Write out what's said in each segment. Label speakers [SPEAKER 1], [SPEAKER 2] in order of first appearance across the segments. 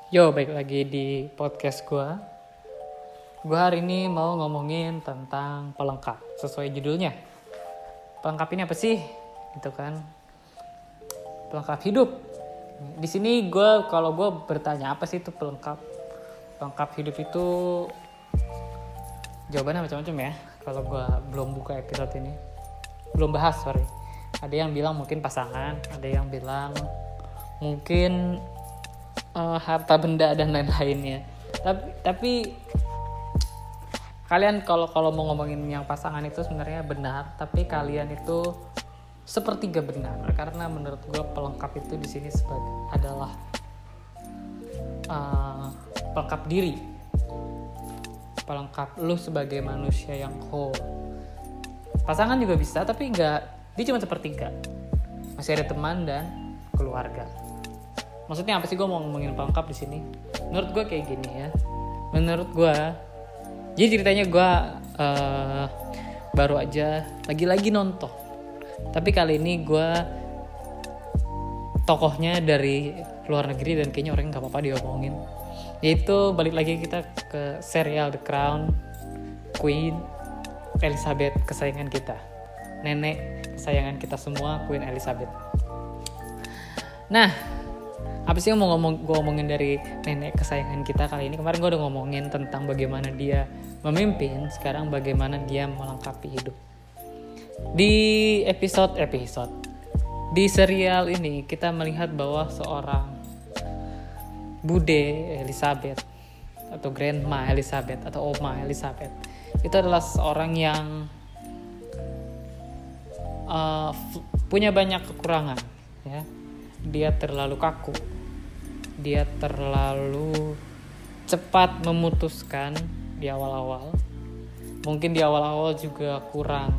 [SPEAKER 1] Yo, balik lagi di podcast gue. Gue hari ini mau ngomongin tentang pelengkap sesuai judulnya. Pelengkap ini apa sih? Gitu kan. Pelengkap hidup. Di sini kalau gue bertanya apa sih itu pelengkap? Pelengkap hidup itu jawabannya macam-macam ya. Kalau gue belum buka episode ini, belum bahas, sorry. Ada yang bilang mungkin pasangan, ada yang bilang mungkin harta benda dan lain-lainnya. Tapi kalian kalau mau ngomongin yang pasangan itu sebenarnya benar, tapi kalian itu sepertiga benar, karena menurut gue pelengkap itu di sini adalah pelengkap diri, pelengkap lu sebagai manusia yang whole. Pasangan juga bisa, tapi dia cuma sepertiga. Masih ada teman dan keluarga. Maksudnya apa sih gue mau ngomongin pelengkap di sini? Menurut gue kayak gini ya. Menurut gue, jadi ceritanya gue baru aja lagi-lagi nonton. Tapi kali ini gue tokohnya dari luar negeri dan kayaknya orang nggak apa-apa diomongin. Yaitu balik lagi kita ke serial The Crown, Queen Elizabeth kesayangan kita, nenek kesayangan kita semua, Queen Elizabeth. Nah, apa sih yang mau gue ngomongin dari nenek kesayangan kita kali ini? Kemarin gue udah ngomongin tentang bagaimana dia memimpin, sekarang bagaimana dia melengkapi hidup. Di episode di serial ini kita melihat bahwa seorang Bude Elizabeth atau Grandma Elizabeth atau Oma Elizabeth itu adalah seorang yang punya banyak kekurangan ya. Dia terlalu kaku, dia terlalu cepat memutuskan di awal-awal. Mungkin di awal-awal juga kurang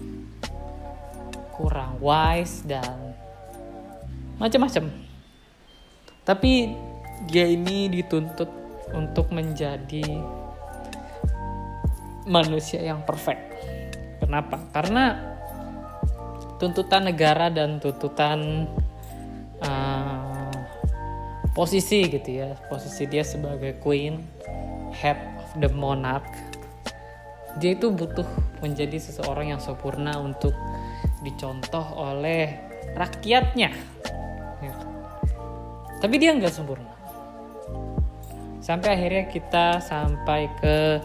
[SPEAKER 1] wise dan macam-macam. Tapi dia ini dituntut untuk menjadi manusia yang perfect. Kenapa? Karena tuntutan negara dan tuntutan posisi gitu ya, posisi dia sebagai queen, head of the monarch, dia itu butuh menjadi seseorang yang sempurna untuk dicontoh oleh rakyatnya ya. Tapi dia nggak sempurna sampai akhirnya kita sampai ke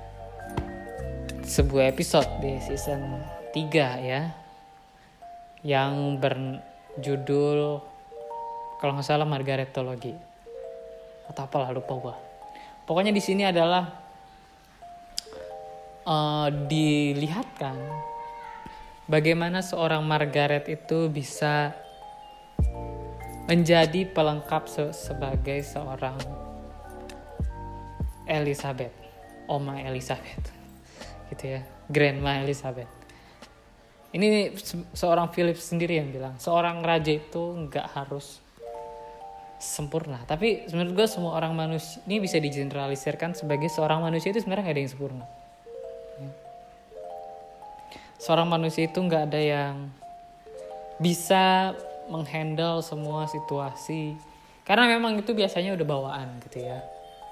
[SPEAKER 1] sebuah episode di season 3 ya, yang berjudul kalau nggak salah Margaretology atau apalah, lupa gua. Pokoknya di sini adalah dilihatkan bagaimana seorang Margaret itu bisa menjadi pelengkap sebagai seorang Elizabeth, Oma Elizabeth, gitu ya, Grandma Elizabeth. Ini seorang Philip sendiri yang bilang seorang raja itu nggak harus sempurna. Tapi menurut gue semua orang manusia ini bisa digeneralisirkan sebagai seorang manusia itu sebenarnya nggak ada yang sempurna. Seorang manusia itu nggak ada yang bisa menghandle semua situasi, karena memang itu biasanya udah bawaan gitu ya.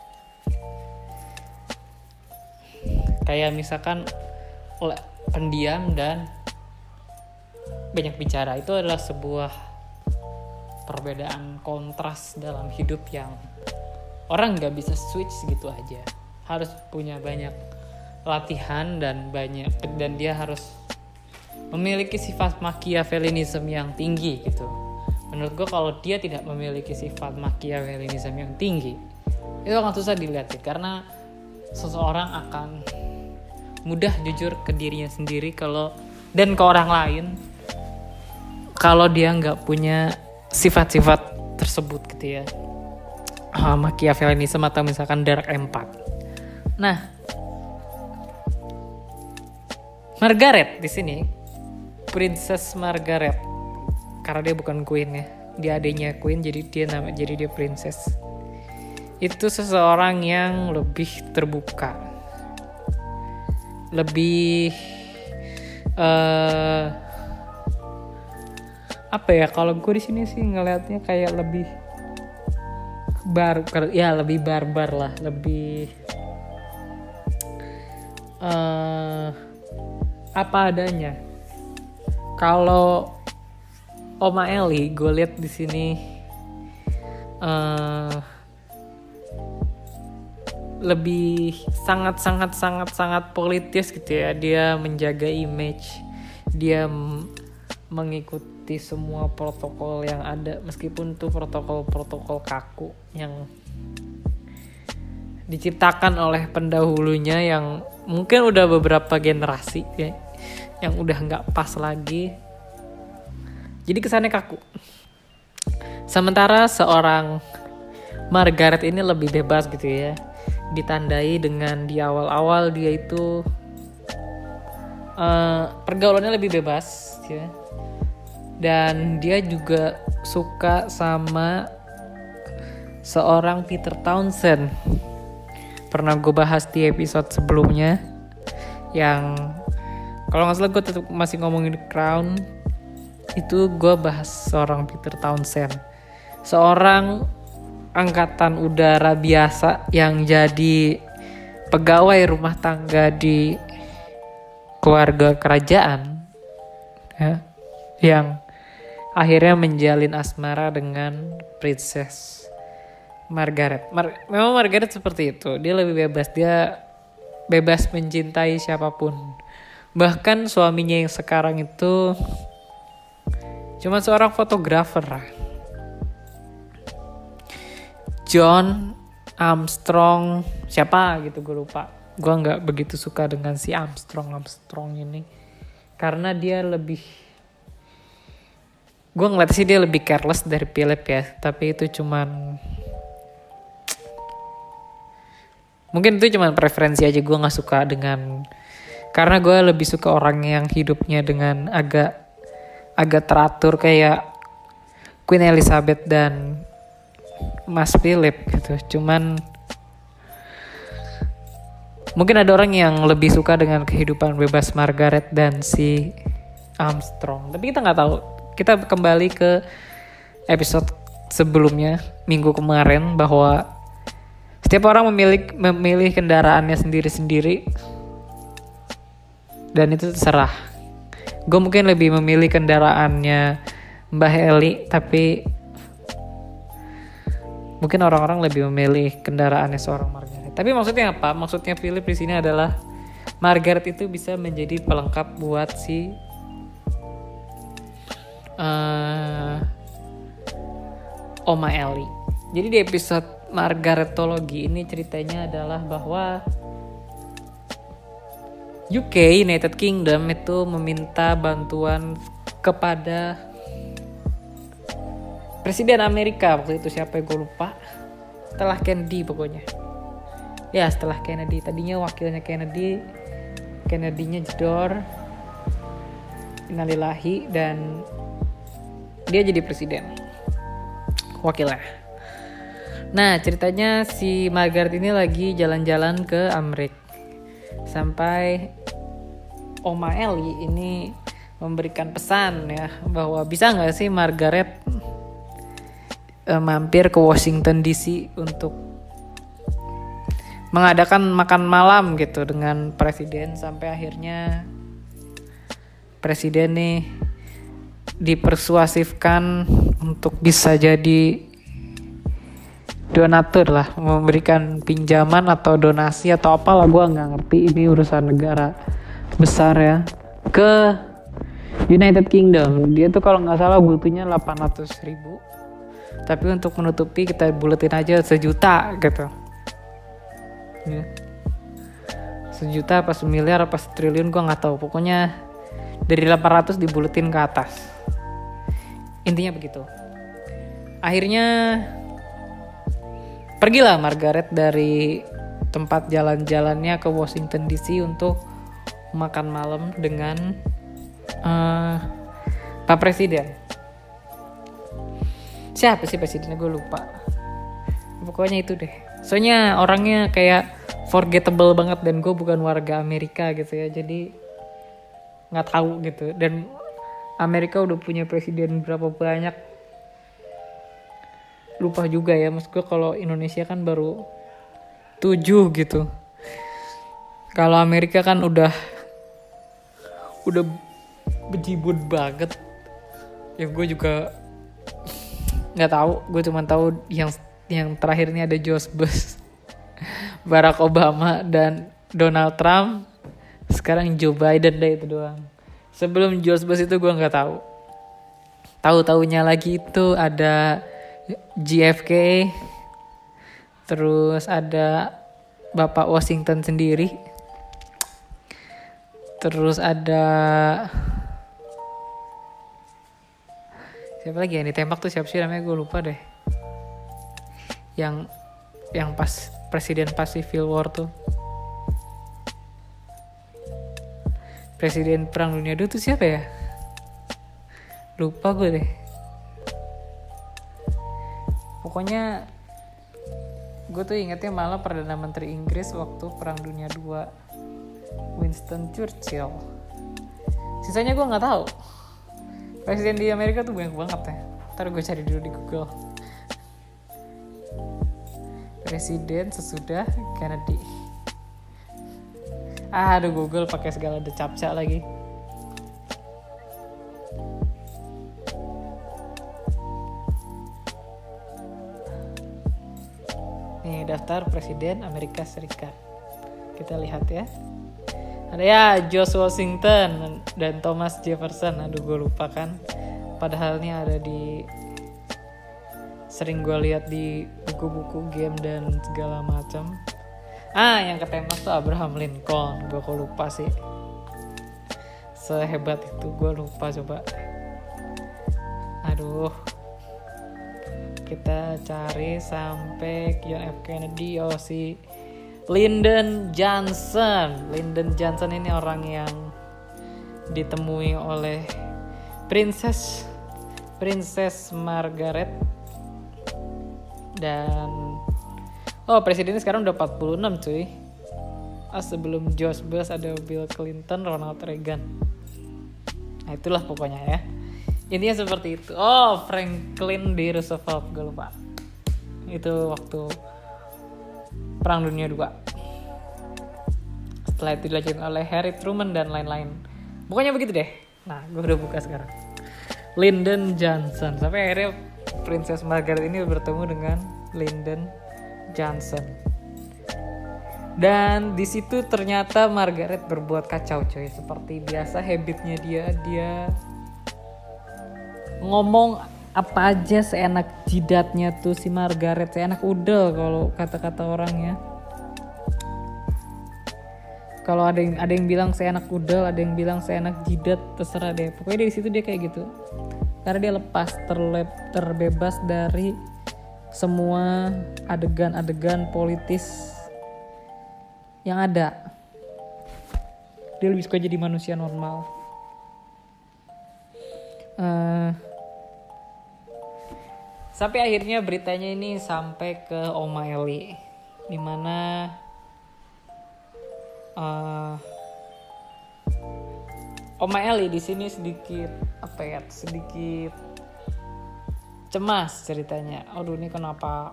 [SPEAKER 1] Kayak misalkan pendiam dan banyak bicara itu adalah sebuah perbedaan kontras dalam hidup yang orang nggak bisa switch gitu aja. Harus punya banyak latihan dan dia harus memiliki sifat Machiavellianism yang tinggi gitu. Menurut gue kalau dia tidak memiliki sifat Machiavellianism yang tinggi, itu akan susah dilihat karena seseorang akan mudah jujur ke dirinya sendiri dan ke orang lain kalau dia nggak punya sifat-sifat tersebut gitu ya, Machiavellianism atau misalkan dark empath. Nah, Margaret di sini, Princess Margaret, karena dia bukan queen ya, dia adiknya queen, jadi dia princess. Itu seseorang yang lebih terbuka, lebih apa ya, kalau gue di sini sih ngelihatnya kayak lebih lebih barbar lah, lebih apa adanya. Kalau Oma Eli gue lihat di sini lebih sangat politis gitu ya. Dia menjaga image, dia mengikuti semua protokol yang ada, meskipun tuh protokol kaku yang diciptakan oleh pendahulunya yang mungkin udah beberapa generasi ya, yang udah nggak pas lagi, jadi kesannya kaku. Sementara seorang Margaret ini lebih bebas gitu ya, ditandai dengan di awal-awal dia itu pergaulannya lebih bebas ya, dan dia juga suka sama seorang Peter Townsend. Pernah gue bahas di episode sebelumnya, yang kalau nggak salah gue tetap masih ngomongin The Crown, itu gue bahas seorang Peter Townsend, seorang angkatan udara biasa yang jadi pegawai rumah tangga di keluarga kerajaan ya, yang akhirnya menjalin asmara dengan Princess Margaret. Memang Margaret seperti itu, dia lebih bebas, dia bebas mencintai siapapun. Bahkan suaminya yang sekarang itu cuma seorang fotografer, John Armstrong siapa gitu, gue lupa. Gue nggak begitu suka dengan si Armstrong ini, karena dia lebih, gue ngeliat sih dia lebih careless dari Philip ya. Tapi itu cuman, mungkin itu cuma preferensi aja. Gue nggak suka dengan, karena gue lebih suka orang yang hidupnya dengan agak teratur kayak Queen Elizabeth dan Mas Philip gitu. Cuman mungkin ada orang yang lebih suka dengan kehidupan bebas Margaret dan si Armstrong. Tapi kita nggak tahu. Kita kembali ke episode sebelumnya minggu kemarin, bahwa setiap orang memilih kendaraannya sendiri-sendiri, dan itu terserah. Gue mungkin lebih memilih kendaraannya Mbah Eli, tapi mungkin orang-orang lebih memilih kendaraannya seorang Margaret. Tapi maksudnya apa? Maksudnya Philip di sini adalah Margaret itu bisa menjadi pelengkap buat si Oma Eli. Jadi di episode Margaretologi ini ceritanya adalah bahwa UK, United Kingdom itu meminta bantuan kepada Presiden Amerika waktu itu, siapa gue lupa, setelah Kennedy pokoknya. Ya setelah Kennedy, tadinya wakilnya Kennedy-nya jedor, innalillahi, dan dia jadi presiden wakilnya. Nah ceritanya si Margaret ini lagi jalan-jalan ke Amerika, sampai Oma Eli ini memberikan pesan ya, bahwa bisa nggak sih Margaret mampir ke Washington DC untuk mengadakan makan malam gitu dengan presiden. Sampai akhirnya presiden nih dipersuasifkan untuk bisa jadi donatur lah, memberikan pinjaman atau donasi atau apalah, gue nggak ngerti, ini urusan negara besar ya, ke United Kingdom. Dia tuh kalau nggak salah butuhnya 800.000, tapi untuk menutupi kita buletin aja 1 juta gitu ya. 1 juta apa 1 miliar apa 1 triliun gue nggak tahu, pokoknya dari 800 dibuletin ke atas, intinya begitu. Akhirnya pergilah Margaret dari tempat jalan-jalannya ke Washington DC untuk makan malam dengan Pak Presiden. Siapa sih presidennya, gue lupa. Pokoknya itu deh. Soalnya orangnya kayak forgettable banget, dan gue bukan warga Amerika gitu ya, jadi nggak tahu gitu. Dan Amerika udah punya presiden berapa banyak, lupa juga ya, maksud gue kalau Indonesia kan baru 7 gitu. Kalau Amerika kan udah bejibun banget. Ya gue juga nggak tahu, gue cuma tahu yang terakhir ini ada George Bush, Barack Obama dan Donald Trump. Sekarang Joe Biden deh, itu doang. Sebelum George Bush itu gue nggak tahu. Tahu-taunya lagi itu ada JFK, terus ada Bapak Washington sendiri, terus ada siapa lagi yang ditembak tuh, siapa sih namanya, gue lupa deh. Yang pas presiden pas Civil War tuh, presiden Perang Dunia II tuh siapa ya? Lupa gue deh. Pokoknya gue tuh ingetnya malah Perdana Menteri Inggris waktu Perang Dunia II, Winston Churchill. Sisanya gue nggak tahu. Presiden di Amerika tuh banyak banget ya. Ntar gue cari dulu di Google. Presiden sesudah Kennedy. Aduh, Google pakai segala decapca lagi. Nih, daftar Presiden Amerika Serikat. Kita lihat ya. Ada ya George Washington dan Thomas Jefferson. Aduh, gue lupa kan. Padahal ini ada di, sering gue lihat di buku-buku game dan segala macam. Yang ketembak tuh Abraham Lincoln. Gue kok lupa sih. Sehebat itu gue lupa coba. Aduh. Kita cari sampai John F. Kennedy. Oh, si Lyndon Johnson. Lyndon Johnson ini orang yang ditemui oleh Princess Margaret. Dan presidennya sekarang udah 46 cuy. Sebelum George Bush ada Bill Clinton, Ronald Reagan. Nah, itulah pokoknya ya. Intinya seperti itu. Franklin D. Roosevelt, gue lupa. Itu waktu Perang Dunia II. Setelah itu dilanjutkan oleh Harry Truman dan lain-lain. Pokoknya begitu deh. Nah, gue udah buka sekarang. Lyndon Johnson. Sampai akhirnya Princess Margaret ini bertemu dengan Lyndon Johnson. Dan di situ ternyata Margaret berbuat kacau coy. Seperti biasa habitnya dia ngomong apa aja seenak jidatnya tuh si Margaret, seenak udel kalau kata-kata orangnya. Kalau ada yang bilang seenak udel, ada yang bilang seenak jidat, terserah deh. Pokoknya dari situ dia kayak gitu. Karena dia lepas, terbebas dari semua adegan-adegan politis yang ada. Dia lebih suka jadi manusia normal. Sampai akhirnya beritanya ini sampai ke Oma Eli, dimana Oma Eli di sini sedikit cemas ceritanya. Aduh, ini kenapa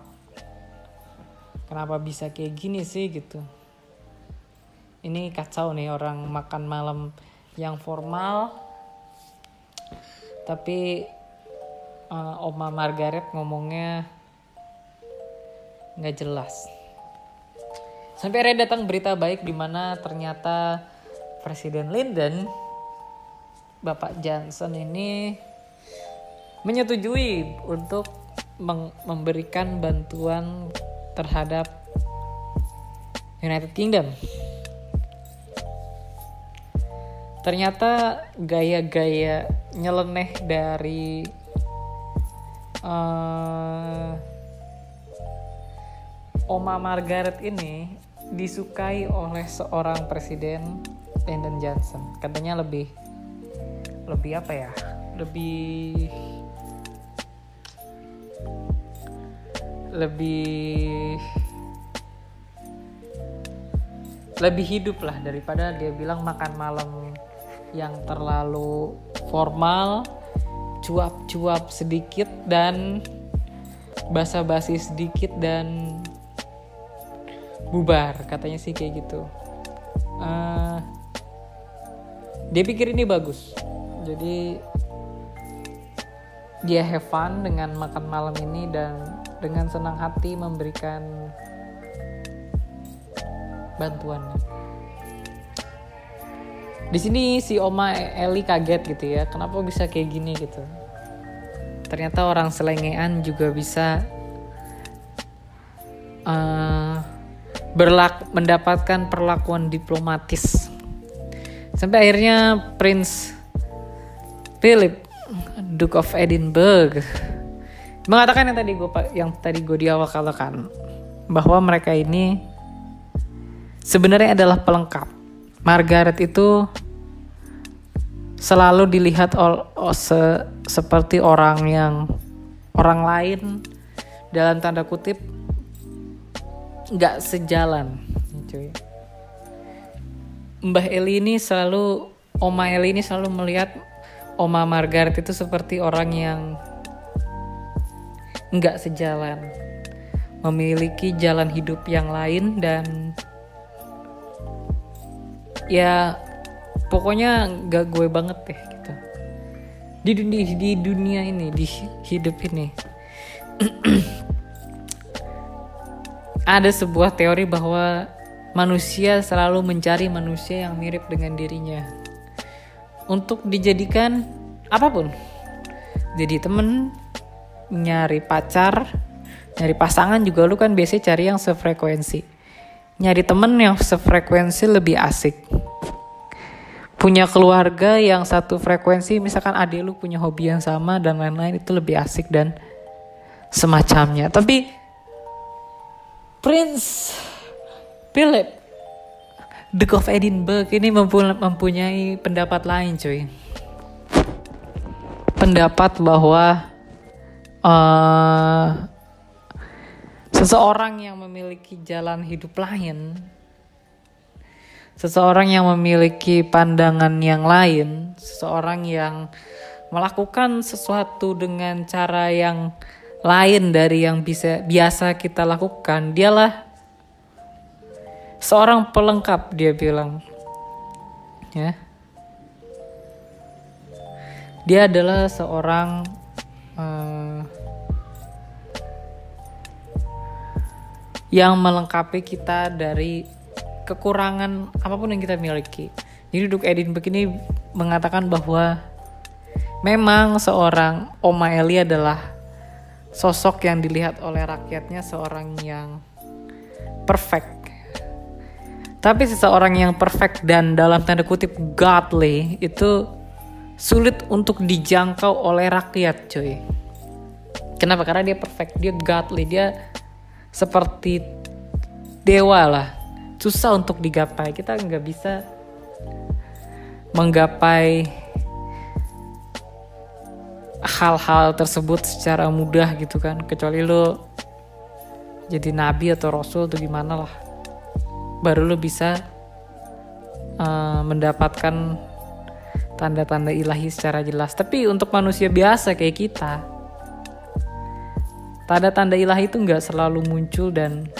[SPEAKER 1] bisa kayak gini sih gitu. Ini kacau nih, orang makan malam yang formal, tapi Oma Margaret ngomongnya nggak jelas. Sampai akhirnya datang berita baik di mana ternyata Presiden Lyndon, Bapak Johnson ini menyetujui untuk memberikan bantuan terhadap United Kingdom. Ternyata gaya-gaya nyeleneh dari Oma Margaret ini disukai oleh seorang presiden, Lyndon Johnson. Katanya lebih apa ya? Lebih hidup lah daripada dia bilang makan malam yang terlalu formal, cuap-cuap sedikit, dan basa-basi sedikit dan bubar, katanya sih kayak gitu. Dia pikir ini bagus, jadi dia have fun dengan makan malam ini dan dengan senang hati memberikan bantuannya. Di sini si Oma Eli kaget gitu ya, kenapa bisa kayak gini gitu. Ternyata orang selengean juga bisa mendapatkan perlakuan diplomatis. Sampai akhirnya Prince Philip, Duke of Edinburgh, mengatakan yang tadi gue di awal katakan, bahwa mereka ini sebenarnya adalah pelengkap. Margaret itu selalu dilihat seperti orang lain, dalam tanda kutip nggak sejalan, cuy. Oma Eli ini selalu melihat Oma Margaret itu seperti orang yang nggak sejalan, memiliki jalan hidup yang lain, dan ya pokoknya nggak gue banget deh gitu di dunia ini, di hidup ini. Ada sebuah teori bahwa manusia selalu mencari manusia yang mirip dengan dirinya untuk dijadikan apapun. Jadi temen, nyari pacar, nyari pasangan juga lu kan biasanya cari yang sefrekuensi. Nyari temen yang sefrekuensi lebih asik. Punya keluarga yang satu frekuensi, misalkan adik lu punya hobi yang sama dan lain-lain, itu lebih asik dan semacamnya. Tapi Prince Philip, Duke of Edinburgh ini mempunyai pendapat lain, cuy. Pendapat bahwa seseorang yang memiliki jalan hidup lain, seseorang yang memiliki pandangan yang lain, seseorang yang melakukan sesuatu dengan cara yang lain dari yang biasa kita lakukan, dialah seorang pelengkap, dia bilang. Ya. Dia adalah seorang yang melengkapi kita dari kekurangan apapun yang kita miliki. Jadi Duke Edinburgh ini mengatakan bahwa memang seorang Oma Eli adalah sosok yang dilihat oleh rakyatnya seorang yang perfect. Tapi seseorang yang perfect dan dalam tanda kutip godly itu sulit untuk dijangkau oleh rakyat, cuy. Kenapa? Karena dia perfect, dia godly, dia seperti dewa lah. Susah untuk digapai. Kita nggak bisa menggapai hal-hal tersebut secara mudah gitu kan, kecuali lo jadi nabi atau rasul atau gimana lah, baru lo bisa mendapatkan tanda-tanda ilahi secara jelas. Tapi untuk manusia biasa kayak kita, tanda-tanda ilahi itu nggak selalu muncul, dan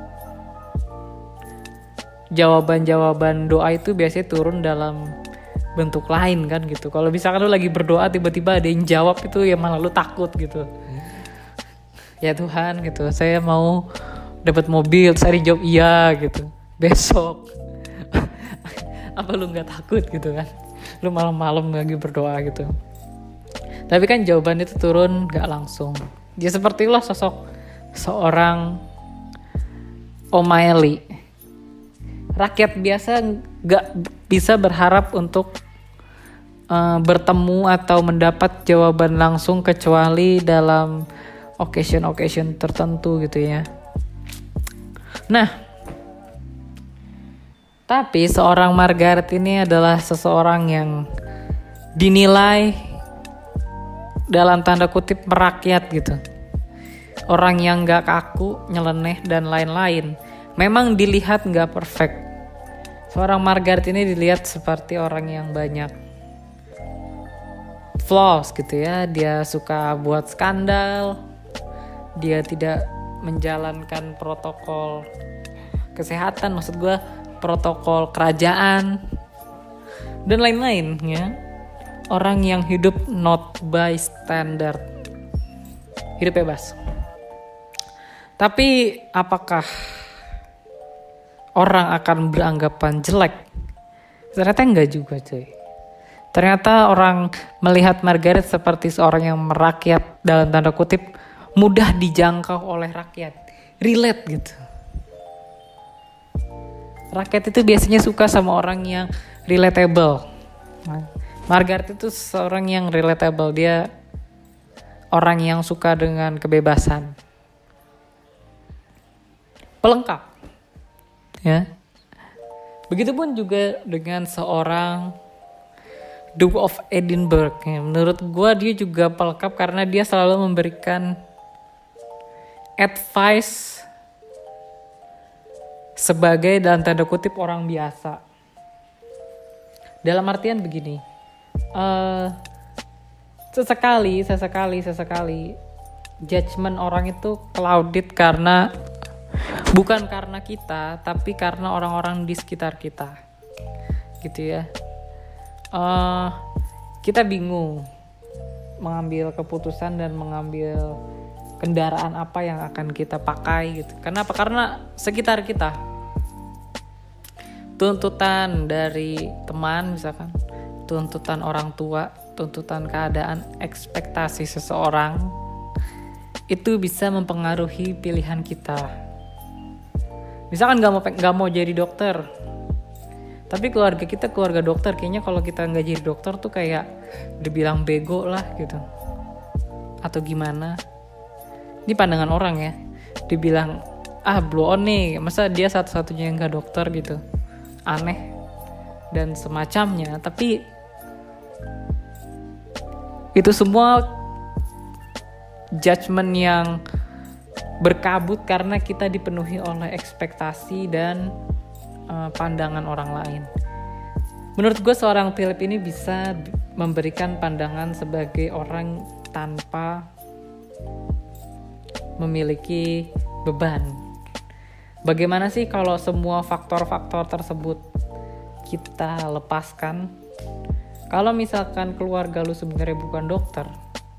[SPEAKER 1] jawaban-jawaban doa itu biasanya turun dalam bentuk lain kan gitu. Kalau misalkan lu lagi berdoa tiba-tiba ada yang jawab, itu ya malah lu takut gitu. Ya Tuhan gitu, saya mau dapat mobil, saya dijawab iya gitu. Besok apa lu nggak takut gitu kan? Lu malam-malam lagi berdoa gitu. Tapi kan jawaban itu turun nggak langsung. Dia seperti lah sosok seorang Oma Eli. Rakyat biasa nggak bisa berharap untuk bertemu atau mendapat jawaban langsung kecuali dalam occasion tertentu gitu ya. Nah, tapi seorang Margaret ini adalah seseorang yang dinilai dalam tanda kutip merakyat gitu. Orang yang gak kaku, nyeleneh dan lain-lain. Memang dilihat gak perfect. Seorang Margaret ini dilihat seperti orang yang banyak flaws gitu ya. Dia suka buat skandal, dia tidak menjalankan protokol kesehatan, maksud gue protokol kerajaan dan lain-lain ya. Orang yang hidup not by standard, hidup bebas. Tapi apakah orang akan beranggapan jelek? Ternyata enggak juga cuy. Ternyata orang melihat Margaret seperti seorang yang merakyat, dalam tanda kutip, mudah dijangkau oleh rakyat, relate gitu. Rakyat itu biasanya suka sama orang yang relatable. Margaret itu seorang yang relatable, dia orang yang suka dengan kebebasan, pelengkap, ya. Begitupun juga dengan seorang Duke of Edinburgh. Ya. Menurut gue dia juga pelengkap karena dia selalu memberikan advice sebagai dalam tanda kutip orang biasa. Dalam artian begini, sesekali judgement orang itu clouded karena bukan karena kita, tapi karena orang-orang di sekitar kita, gitu ya. Kita bingung mengambil keputusan dan mengambil kendaraan apa yang akan kita pakai gitu. Kenapa? Karena sekitar kita, tuntutan dari teman misalkan, tuntutan orang tua, tuntutan keadaan, ekspektasi seseorang itu bisa mempengaruhi pilihan kita. Misalkan nggak mau jadi dokter, tapi keluarga kita keluarga dokter, kayaknya kalau kita nggak jadi dokter tuh kayak dibilang bego lah gitu, atau gimana. Ini pandangan orang ya, dibilang blow on nih, masa dia satu-satunya yang nggak dokter gitu, aneh dan semacamnya. Tapi itu semua judgement yang berkabut karena kita dipenuhi oleh ekspektasi dan pandangan orang lain. Menurut gue seorang Philip ini bisa memberikan pandangan sebagai orang tanpa memiliki beban. Bagaimana sih kalau semua faktor-faktor tersebut kita lepaskan? Kalau misalkan keluarga lu sebenarnya bukan dokter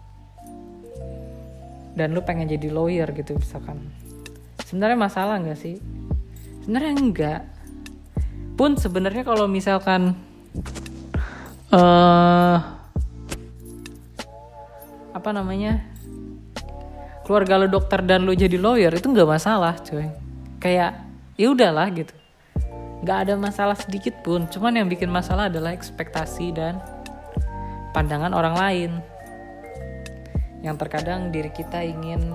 [SPEAKER 1] dan lu pengen jadi lawyer gitu misalkan, sebenarnya masalah nggak sih? Sebenarnya enggak. Pun sebenarnya kalau misalkan keluarga lu dokter dan lu jadi lawyer, itu nggak masalah coy. Kayak ya udahlah gitu, nggak ada masalah sedikit pun. Cuman yang bikin masalah adalah ekspektasi dan pandangan orang lain, yang terkadang diri kita ingin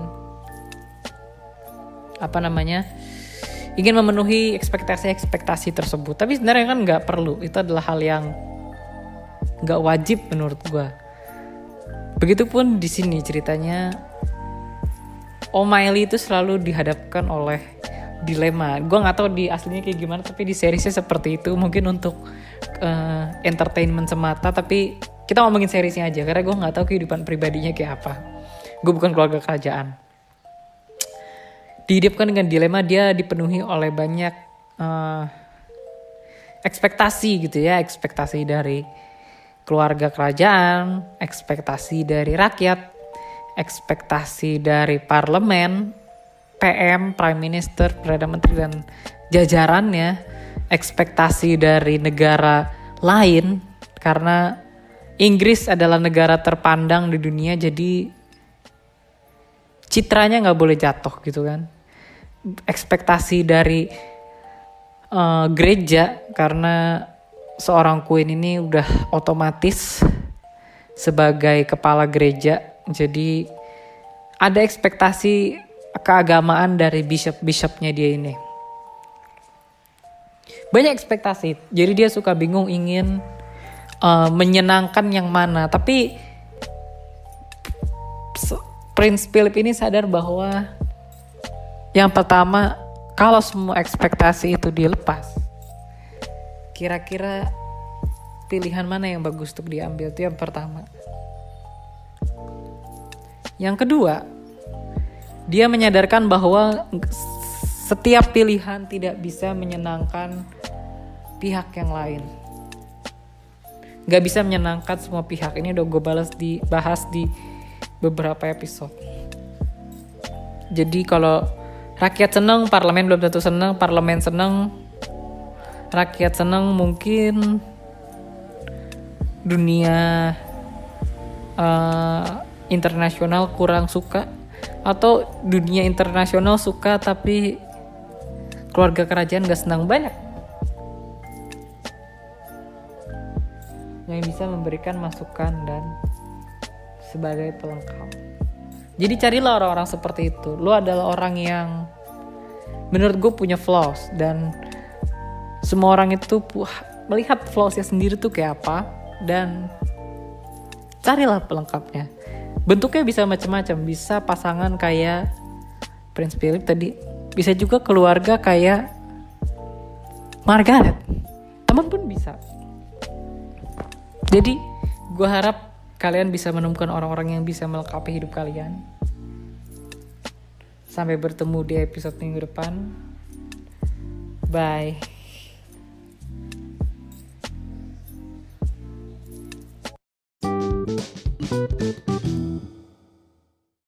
[SPEAKER 1] memenuhi ekspektasi tersebut, tapi sebenarnya kan nggak perlu. Itu adalah hal yang nggak wajib menurut gue. Begitupun di sini ceritanya, O'Malley itu selalu dihadapkan oleh dilema. Gue nggak tahu di aslinya kayak gimana, tapi di seriesnya seperti itu. Mungkin untuk entertainment semata, tapi kita ngomongin seriesnya aja karena gue nggak tahu kehidupan pribadinya kayak apa. Gue bukan keluarga kerajaan. Dihadapkan dengan dilema, dia dipenuhi oleh banyak ekspektasi gitu ya, ekspektasi dari keluarga kerajaan, ekspektasi dari rakyat, ekspektasi dari parlemen, PM, Prime Minister, Perdana Menteri dan jajarannya, ekspektasi dari negara lain, karena Inggris adalah negara terpandang di dunia, jadi citranya nggak boleh jatuh gitu kan. Ekspektasi dari gereja, karena seorang queen ini udah otomatis sebagai kepala gereja, jadi ada ekspektasi keagamaan dari bishop-bishopnya dia ini. Banyak ekspektasi, jadi dia suka bingung ingin menyenangkan yang mana. Tapi Prince Philip ini sadar bahwa yang pertama, kalau semua ekspektasi itu dilepas, kira-kira pilihan mana yang bagus untuk diambil, itu yang pertama. Yang kedua, Dia menyadarkan bahwa setiap pilihan tidak bisa menyenangkan pihak yang lain. Gak bisa menyenangkan semua pihak. Ini udah gue bahas di beberapa episode. Jadi kalau rakyat seneng, parlemen belum tentu seneng. Parlemen seneng, rakyat seneng, mungkin dunia internasional kurang suka, atau dunia internasional suka tapi keluarga kerajaan gak senang. Banyak yang bisa memberikan masukan dan sebagai pelengkap. Jadi carilah orang-orang seperti itu. Lu adalah orang yang menurut gue punya flaws, dan semua orang itu melihat flawsnya sendiri tuh kayak apa, dan carilah pelengkapnya. Bentuknya bisa macam-macam. Bisa pasangan kayak Prince Philip tadi, bisa juga keluarga kayak Margaret, teman pun bisa. Jadi gue harap kalian bisa menemukan orang-orang yang bisa melengkapi hidup kalian. Sampai bertemu di episode minggu depan. Bye.